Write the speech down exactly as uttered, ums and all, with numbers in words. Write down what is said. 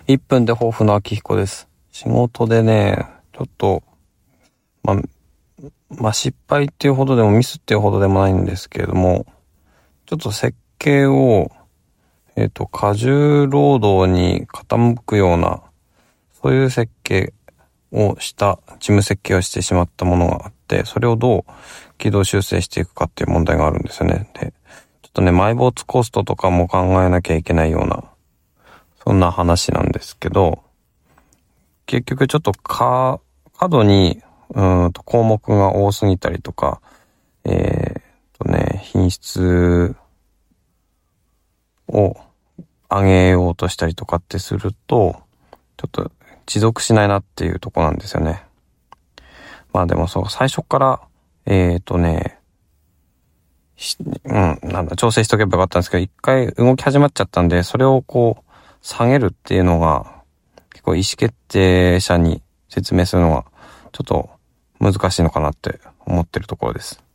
いっぷんで抱負の秋彦です。仕事でね、ちょっと、まあ、まあ、失敗っていうほどでもミスっていうほどでもないんですけれども、ちょっと設計を、えっと、過重労働に傾くような、そういう設計をした、事務設計をしてしまったものがあって、それをどう軌道修正していくかっていう問題があるんですよね。で、ちょっとね、埋没コストとかも考えなきゃいけないような、そんな話なんですけど、結局ちょっとか、過度に、うんと項目が多すぎたりとか、えー、とね、品質を上げようとしたりとかってすると、ちょっと持続しないなっていうとこなんですよね。まあでもそう、最初から、えーとね、うん、なんだ、調整しとけばよかったんですけど、一回動き始まっちゃったんで、それをこう、下げるっていうのが、結構意思決定者に説明するのは、ちょっと難しいのかなって思ってるところです。